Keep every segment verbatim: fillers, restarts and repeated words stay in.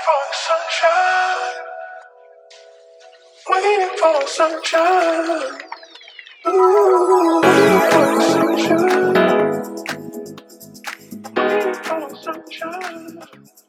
for the sunshine. Waiting for the sunshine. Ooh, waiting for the sunshine. Waiting for the sunshine.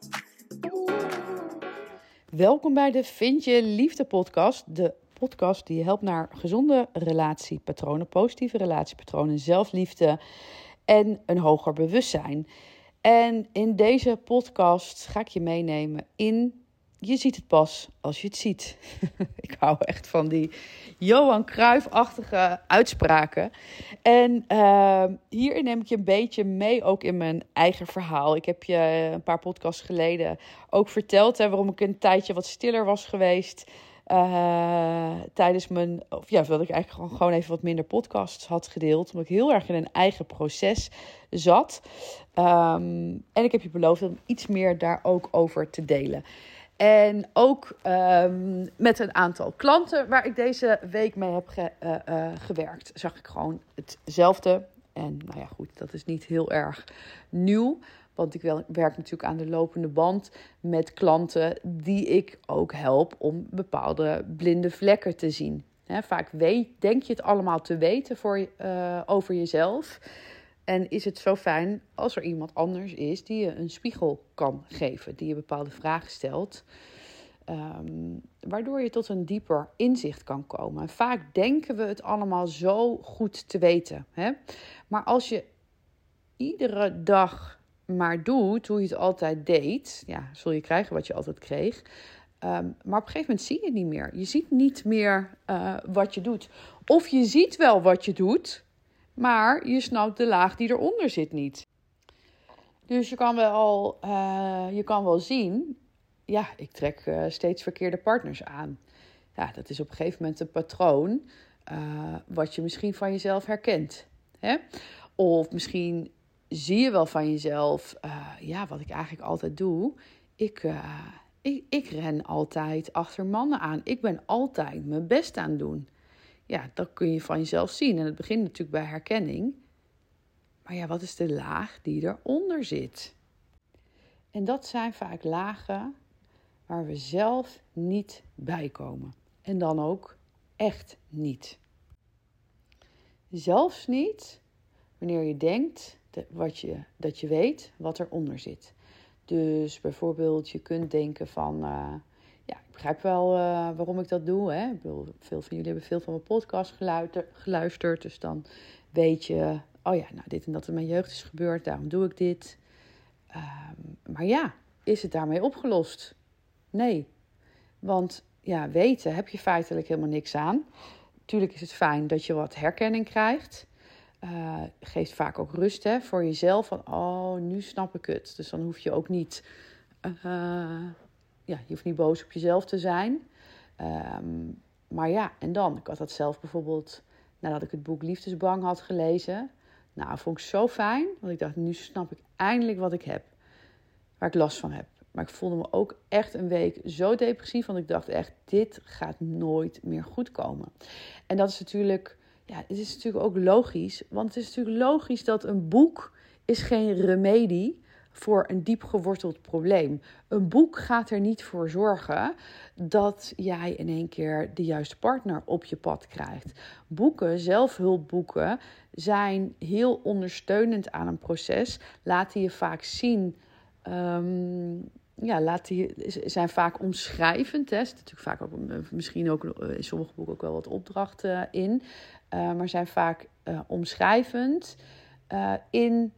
Welkom bij de Vind je Liefde podcast. De podcast die je helpt naar gezonde relatiepatronen, positieve relatiepatronen, zelfliefde en een hoger bewustzijn. En in deze podcast ga ik je meenemen in je ziet het pas als je het ziet. Ik hou echt van die Johan Cruijff-achtige uitspraken. En uh, hierin neem ik je een beetje mee ook in mijn eigen verhaal. Ik heb je een paar podcasts geleden ook verteld hè, waarom ik een tijdje wat stiller was geweest. Uh, tijdens mijn, of ja, dat ik eigenlijk gewoon, gewoon even wat minder podcasts had gedeeld. Omdat ik heel erg in een eigen proces zat. Um, en ik heb je beloofd om iets meer daar ook over te delen. En ook um, met een aantal klanten waar ik deze week mee heb ge, uh, uh, gewerkt, zag ik gewoon hetzelfde. En nou ja, goed, dat is niet heel erg nieuw. Want ik werk natuurlijk aan de lopende band met klanten die ik ook help om bepaalde blinde vlekken te zien. He, vaak weet, denk je het allemaal te weten voor, uh, over jezelf. En is het zo fijn als er iemand anders is die je een spiegel kan geven. Die je bepaalde vragen stelt. Um, waardoor je tot een dieper inzicht kan komen. En vaak denken we het allemaal zo goed te weten. Hè? Maar als je iedere dag maar doet hoe je het altijd deed. Ja, zul je krijgen wat je altijd kreeg. Um, maar op een gegeven moment zie je het niet meer. Je ziet niet meer uh, wat je doet. Of je ziet wel wat je doet. Maar je snapt de laag die eronder zit niet. Dus je kan wel, uh, je kan wel zien, ja, ik trek uh, steeds verkeerde partners aan. Ja, dat is op een gegeven moment een patroon uh, wat je misschien van jezelf herkent. Hè? Of misschien zie je wel van jezelf, uh, ja, wat ik eigenlijk altijd doe. Ik, uh, ik, ik ren altijd achter mannen aan. Ik ben altijd mijn best aan het doen. Ja, dat kun je van jezelf zien. En het begint natuurlijk bij herkenning. Maar ja, wat is de laag die eronder zit? En dat zijn vaak lagen waar we zelf niet bij komen. En dan ook echt niet. Zelfs niet wanneer je denkt dat, wat je, dat je weet wat eronder zit. Dus bijvoorbeeld je kunt denken van... Uh, Ja, ik begrijp wel uh, waarom ik dat doe. Hè? Ik bedoel, veel van jullie hebben veel van mijn podcast geluisterd. Dus dan weet je, oh ja, nou dit en dat in mijn jeugd is gebeurd. Daarom doe ik dit. Um, maar ja, is het daarmee opgelost? Nee. Want ja, weten heb je feitelijk helemaal niks aan. Tuurlijk is het fijn dat je wat herkenning krijgt. Uh, geeft vaak ook rust hè, voor jezelf. Van, oh, nu snap ik het. Dus dan hoef je ook niet... Uh, Ja, je hoeft niet boos op jezelf te zijn. Um, maar ja, en dan? Ik had dat zelf bijvoorbeeld nadat ik het boek Liefdesbang had gelezen. Nou, vond ik zo fijn. Want ik dacht, nu snap ik eindelijk wat ik heb. Waar ik last van heb. Maar ik voelde me ook echt een week zo depressief. Want ik dacht echt, dit gaat nooit meer goed komen. En dat is natuurlijk, ja, het is natuurlijk ook logisch. Want het is natuurlijk logisch dat een boek is geen remedie voor een diep geworteld probleem. Een boek gaat er niet voor zorgen dat jij in één keer de juiste partner op je pad krijgt. Boeken, zelfhulpboeken, zijn heel ondersteunend aan een proces. Laten je vaak zien... Um, ja, laten je, zijn vaak omschrijvend. Er zit natuurlijk vaak ook, misschien ook in sommige boeken ook wel wat opdrachten in. Uh, maar zijn vaak uh, omschrijvend uh, in...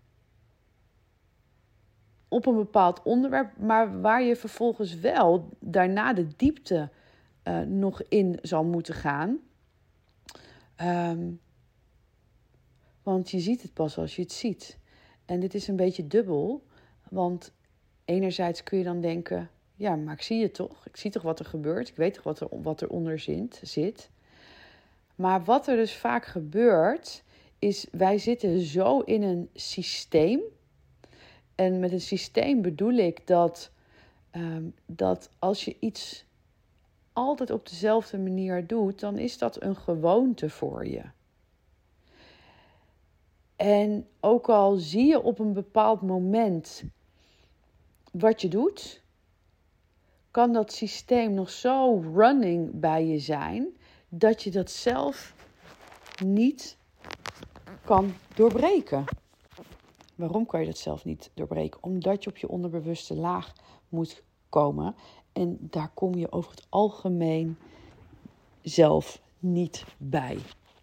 op een bepaald onderwerp, maar waar je vervolgens wel daarna de diepte uh, nog in zal moeten gaan. Um, want je ziet het pas als je het ziet. En dit is een beetje dubbel, want enerzijds kun je dan denken, ja, maar ik zie het toch? Ik zie toch wat er gebeurt? Ik weet toch wat er, wat er onder zit? Maar wat er dus vaak gebeurt, is wij zitten zo in een systeem. En met een systeem bedoel ik dat, um, dat als je iets altijd op dezelfde manier doet, dan is dat een gewoonte voor je. En ook al zie je op een bepaald moment wat je doet, kan dat systeem nog zo running bij je zijn, dat je dat zelf niet kan doorbreken. Waarom kan je dat zelf niet doorbreken? Omdat je op je onderbewuste laag moet komen. En daar kom je over het algemeen zelf niet bij.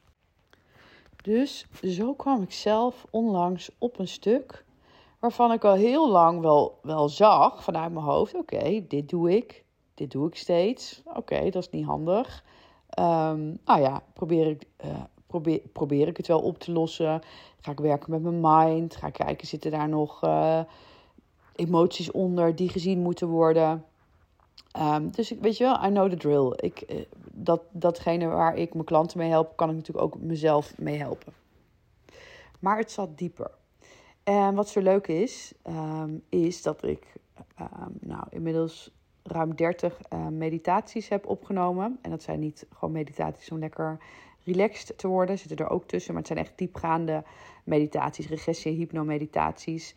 Dus zo kwam ik zelf onlangs op een stuk waarvan ik al heel lang wel, wel zag vanuit mijn hoofd. Oké, okay, dit doe ik. Dit doe ik steeds. Oké, okay, dat is niet handig. Um, nou ja, probeer ik, uh, probeer, probeer ik het wel op te lossen. Ga ik werken met mijn mind. Ga ik kijken, zitten daar nog uh, emoties onder die gezien moeten worden. Um, dus ik, weet je wel, I know the drill. Ik, uh, dat, datgene waar ik mijn klanten mee help, kan ik natuurlijk ook mezelf mee helpen. Maar het zat dieper. En wat zo leuk is, um, is dat ik um, nou, inmiddels ruim dertig uh, meditaties heb opgenomen. En dat zijn niet gewoon meditaties om lekker relaxed te worden. Zitten er ook tussen, maar het zijn echt diepgaande meditaties. Regressie- en hypnomeditaties.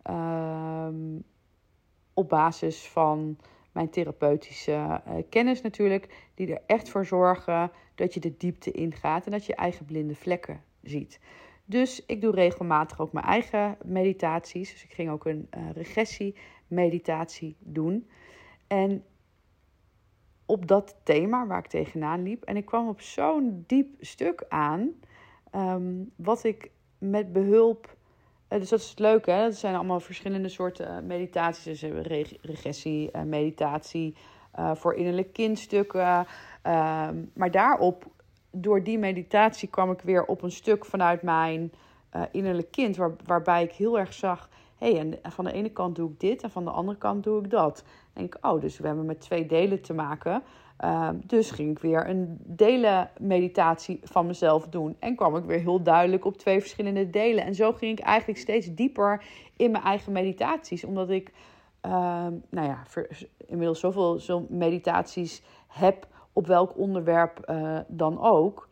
Um, op basis van mijn therapeutische uh, kennis natuurlijk. Die er echt voor zorgen dat je de diepte ingaat. En dat je je eigen blinde vlekken ziet. Dus ik doe regelmatig ook mijn eigen meditaties. Dus ik ging ook een uh, regressie-meditatie doen. En op dat thema waar ik tegenaan liep. En ik kwam op zo'n diep stuk aan. Um, wat ik met behulp... Uh, dus dat is het leuke, hè? Dat zijn allemaal verschillende soorten meditaties. Dus uh, reg- regressie, uh, meditatie uh, voor innerlijk kindstukken. Uh, maar daarop... Door die meditatie kwam ik weer op een stuk vanuit mijn uh, innerlijk kind. Waar, waarbij ik heel erg zag... Hé, hey, en van de ene kant doe ik dit en van de andere kant doe ik dat. En denk ik, oh, dus we hebben met twee delen te maken. Uh, dus ging ik weer een delenmeditatie van mezelf doen. En kwam ik weer heel duidelijk op twee verschillende delen. En zo ging ik eigenlijk steeds dieper in mijn eigen meditaties. Omdat ik, uh, nou ja, ver, inmiddels zoveel zo meditaties heb... op welk onderwerp uh, dan ook.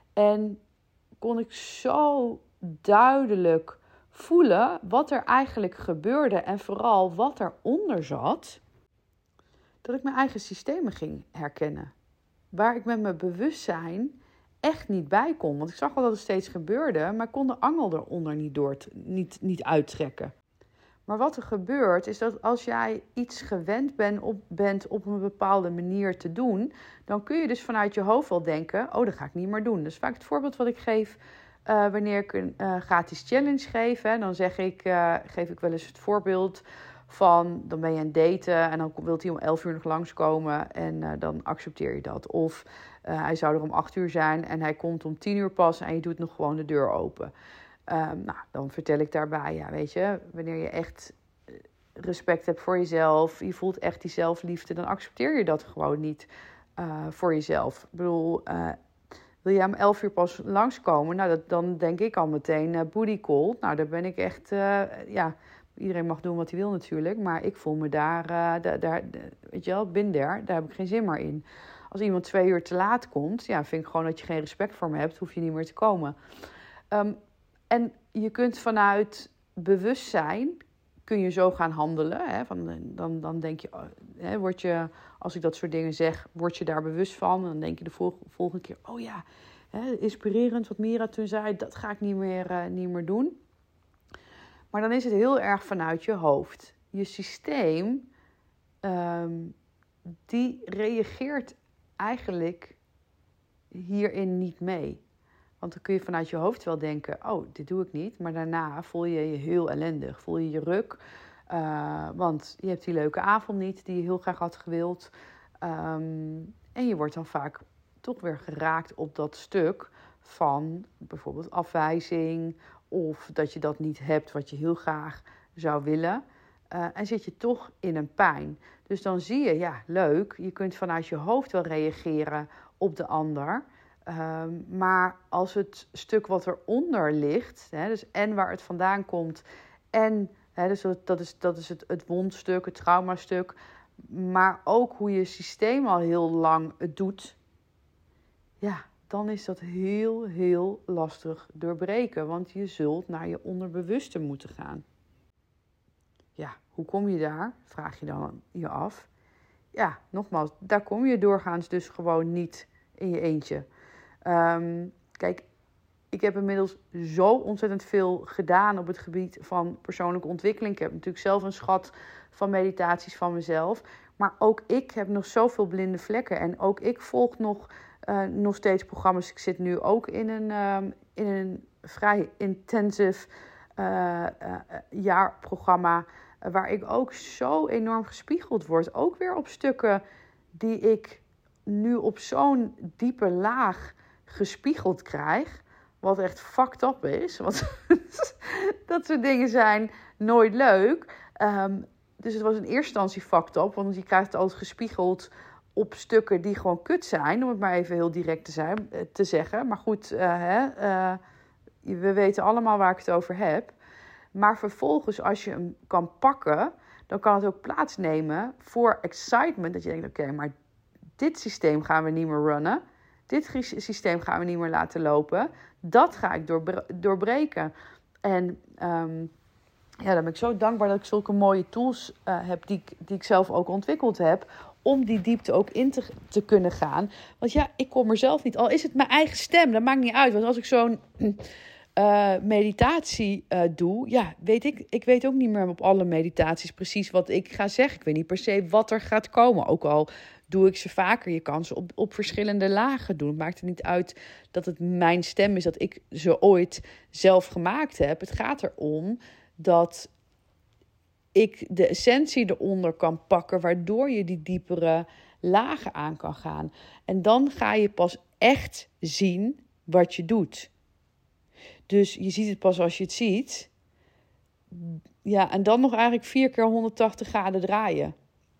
En kon ik zo duidelijk voelen wat er eigenlijk gebeurde. En vooral wat eronder zat. Dat ik mijn eigen systemen ging herkennen. Waar ik met mijn bewustzijn echt niet bij kon. Want ik zag wel dat het steeds gebeurde. Maar ik kon de angel eronder niet, door t- niet, niet uittrekken. Maar wat er gebeurt is dat als jij iets gewend bent op, bent op een bepaalde manier te doen... dan kun je dus vanuit je hoofd wel denken, oh, dat ga ik niet meer doen. Dat is vaak het voorbeeld wat ik geef uh, wanneer ik een uh, gratis challenge geef. Hè. Dan zeg ik, uh, geef ik wel eens het voorbeeld van, dan ben je aan het daten... en dan wil hij om elf uur nog langskomen en uh, dan accepteer je dat. Of uh, hij zou er om acht uur zijn en hij komt om tien uur pas en je doet nog gewoon de deur open... Um, nou, dan vertel ik daarbij, ja, weet je, wanneer je echt respect hebt voor jezelf, je voelt echt die zelfliefde, dan accepteer je dat gewoon niet uh, voor jezelf. Ik bedoel, uh, wil jij om elf uur pas langskomen? Nou, dat, dan denk ik al meteen uh, booty call. Nou, daar ben ik echt, uh, ja, iedereen mag doen wat hij wil natuurlijk, maar ik voel me daar, uh, daar, daar weet je wel, bin there, daar heb ik geen zin meer in. Als iemand twee uur te laat komt, ja, vind ik gewoon dat je geen respect voor me hebt, hoef je niet meer te komen. Um, En je kunt vanuit bewustzijn, kun je zo gaan handelen. Hè? Van, dan, dan denk je, hè, word je, als ik dat soort dingen zeg, word je daar bewust van. Dan denk je de vol, volgende keer, oh ja, hè, inspirerend wat Mira toen zei, dat ga ik niet meer, uh, niet meer doen. Maar dan is het heel erg vanuit je hoofd. Je systeem, um, die reageert eigenlijk hierin niet mee. Want dan kun je vanuit je hoofd wel denken, oh, dit doe ik niet. Maar daarna voel je je heel ellendig. Voel je je ruk. Uh, want je hebt die leuke avond niet die je heel graag had gewild. Um, en je wordt dan vaak toch weer geraakt op dat stuk van bijvoorbeeld afwijzing. Of dat je dat niet hebt wat je heel graag zou willen. Uh, en zit je toch in een pijn. Dus dan zie je, ja, leuk. Je kunt vanuit je hoofd wel reageren op de ander. Um, maar als het stuk wat eronder ligt, hè, dus en waar het vandaan komt, en hè, dus dat is, dat is het, het wondstuk, het traumastuk, maar ook hoe je systeem al heel lang het doet, ja, dan is dat heel, heel lastig doorbreken, want je zult naar je onderbewuste moeten gaan. Ja, hoe kom je daar? Vraag je dan je af. ja, nogmaals, daar kom je doorgaans dus gewoon niet in je eentje. Um, kijk, ik heb inmiddels zo ontzettend veel gedaan op het gebied van persoonlijke ontwikkeling. Ik heb natuurlijk zelf een schat van meditaties van mezelf. Maar ook ik heb nog zoveel blinde vlekken. En ook ik volg nog, uh, nog steeds programma's. Ik zit nu ook in een, um, in een vrij intensive uh, uh, jaarprogramma. Uh, waar ik ook zo enorm gespiegeld word. Ook weer op stukken die ik nu op zo'n diepe laag gespiegeld krijg. Wat echt fucked up is. Want dat soort dingen zijn nooit leuk. Um, dus het was in eerste instantie fucked up. Want je krijgt het altijd gespiegeld op stukken die gewoon kut zijn. Om het maar even heel direct te, zijn, te zeggen. Maar goed, uh, hè, uh, we weten allemaal waar ik het over heb. Maar vervolgens, als je hem kan pakken, dan kan het ook plaatsnemen voor excitement. Dat je denkt, oké, okay, maar dit systeem gaan we niet meer runnen. Dit systeem gaan we niet meer laten lopen. Dat ga ik doorbre- doorbreken. En um, ja, dan ben ik zo dankbaar dat ik zulke mooie tools uh, heb die, die ik zelf ook ontwikkeld heb. Om die diepte ook in te, te kunnen gaan. Want ja, ik kom er zelf niet. Al is het mijn eigen stem, dat maakt niet uit. Want als ik zo'n uh, meditatie uh, doe, ja, weet ik, ik weet ook niet meer op alle meditaties precies wat ik ga zeggen. Ik weet niet per se wat er gaat komen. Ook al doe ik ze vaker. Je kan ze op, op verschillende lagen doen. Het maakt er niet uit dat het mijn stem is, dat ik ze ooit zelf gemaakt heb. Het gaat erom dat ik de essentie eronder kan pakken, waardoor je die diepere lagen aan kan gaan. En dan ga je pas echt zien wat je doet. Dus je ziet het pas als je het ziet. Ja, en dan nog eigenlijk vier keer honderdtachtig graden draaien.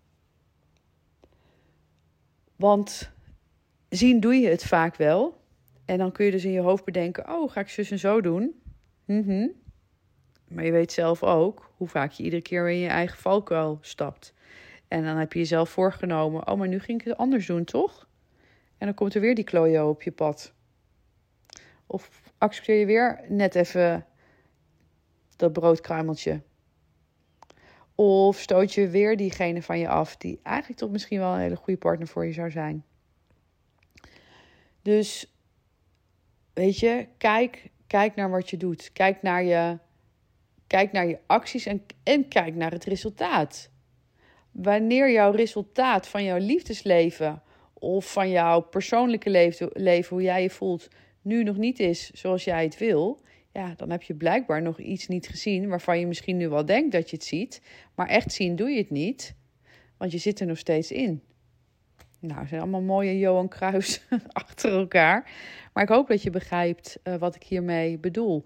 Want zien doe je het vaak wel. En dan kun je dus in je hoofd bedenken, oh, ga ik zus en zo doen? Mm-hmm. Maar je weet zelf ook hoe vaak je iedere keer weer in je eigen valkuil stapt. En dan heb je jezelf voorgenomen, oh, maar nu ging ik het anders doen, toch? En dan komt er weer die klojo op je pad. Of accepteer je weer net even dat broodkruimeltje. Of stoot je weer diegene van je af die eigenlijk toch misschien wel een hele goede partner voor je zou zijn. Dus, weet je, kijk, kijk naar wat je doet. Kijk naar je, kijk naar je acties en, en kijk naar het resultaat. Wanneer jouw resultaat van jouw liefdesleven of van jouw persoonlijke leven, leven, hoe jij je voelt, nu nog niet is zoals jij het wil, ja, dan heb je blijkbaar nog iets niet gezien waarvan je misschien nu wel denkt dat je het ziet, maar echt zien doe je het niet, want je zit er nog steeds in. Nou, het zijn allemaal mooie Johan Cruijffs achter elkaar. Maar ik hoop dat je begrijpt uh, wat ik hiermee bedoel.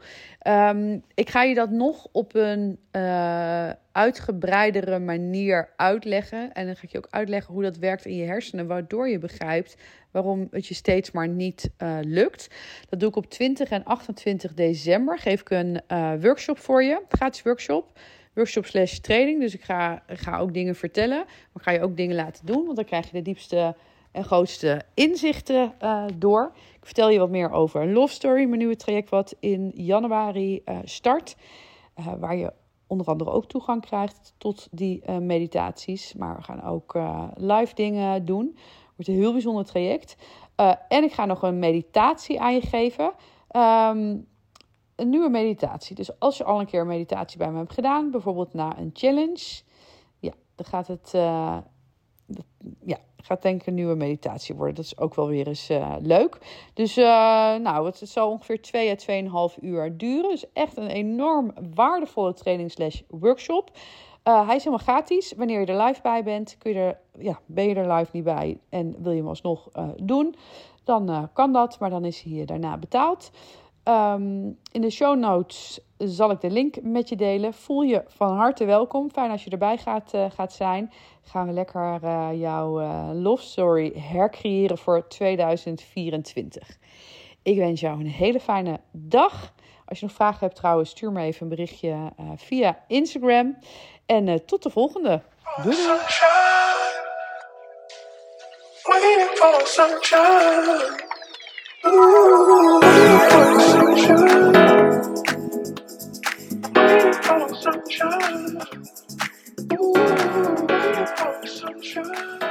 Um, ik ga je dat nog op een uh, uitgebreidere manier uitleggen. En dan ga ik je ook uitleggen hoe dat werkt in je hersenen, waardoor je begrijpt waarom het je steeds maar niet uh, lukt. Dat doe ik op twintig en achtentwintig december. Geef ik een uh, workshop voor je, gratis workshop. Workshop slash training. Dus ik ga, ga ook dingen vertellen. Maar ik ga je ook dingen laten doen. Want dan krijg je de diepste en grootste inzichten uh, door. Ik vertel je wat meer over Love Story. Mijn nieuwe traject wat in januari uh, start. Uh, waar je onder andere ook toegang krijgt tot die uh, meditaties. Maar we gaan ook uh, live dingen doen. Het wordt een heel bijzonder traject. Uh, en ik ga nog een meditatie aan je geven. Um, Een nieuwe meditatie. Dus als je al een keer een meditatie bij me hebt gedaan, bijvoorbeeld na een challenge, ja, dan gaat het, uh, dat, ja, gaat denk ik een nieuwe meditatie worden. Dat is ook wel weer eens uh, leuk. Dus uh, nou, het, het zal ongeveer twee à tweeënhalf uur duren. Dus echt een enorm waardevolle training slash workshop. Uh, hij is helemaal gratis. Wanneer je er live bij bent, kun je er, ja, ben je er live niet bij en wil je hem alsnog uh, doen, dan uh, kan dat, maar dan is hij daarna betaald. Um, in de show notes zal ik de link met je delen. Voel je van harte welkom. Fijn als je erbij gaat, uh, gaat zijn. Gaan we lekker uh, jouw uh, love story hercreëren voor tweeduizend vierentwintig. Ik wens jou een hele fijne dag. Als je nog vragen hebt trouwens, stuur me even een berichtje uh, via Instagram. En uh, tot de volgende. Doei doei. Waiting for sunshine. Ooh, waiting for sunshine. Waiting for sunshine. Ooh, waiting for sunshine.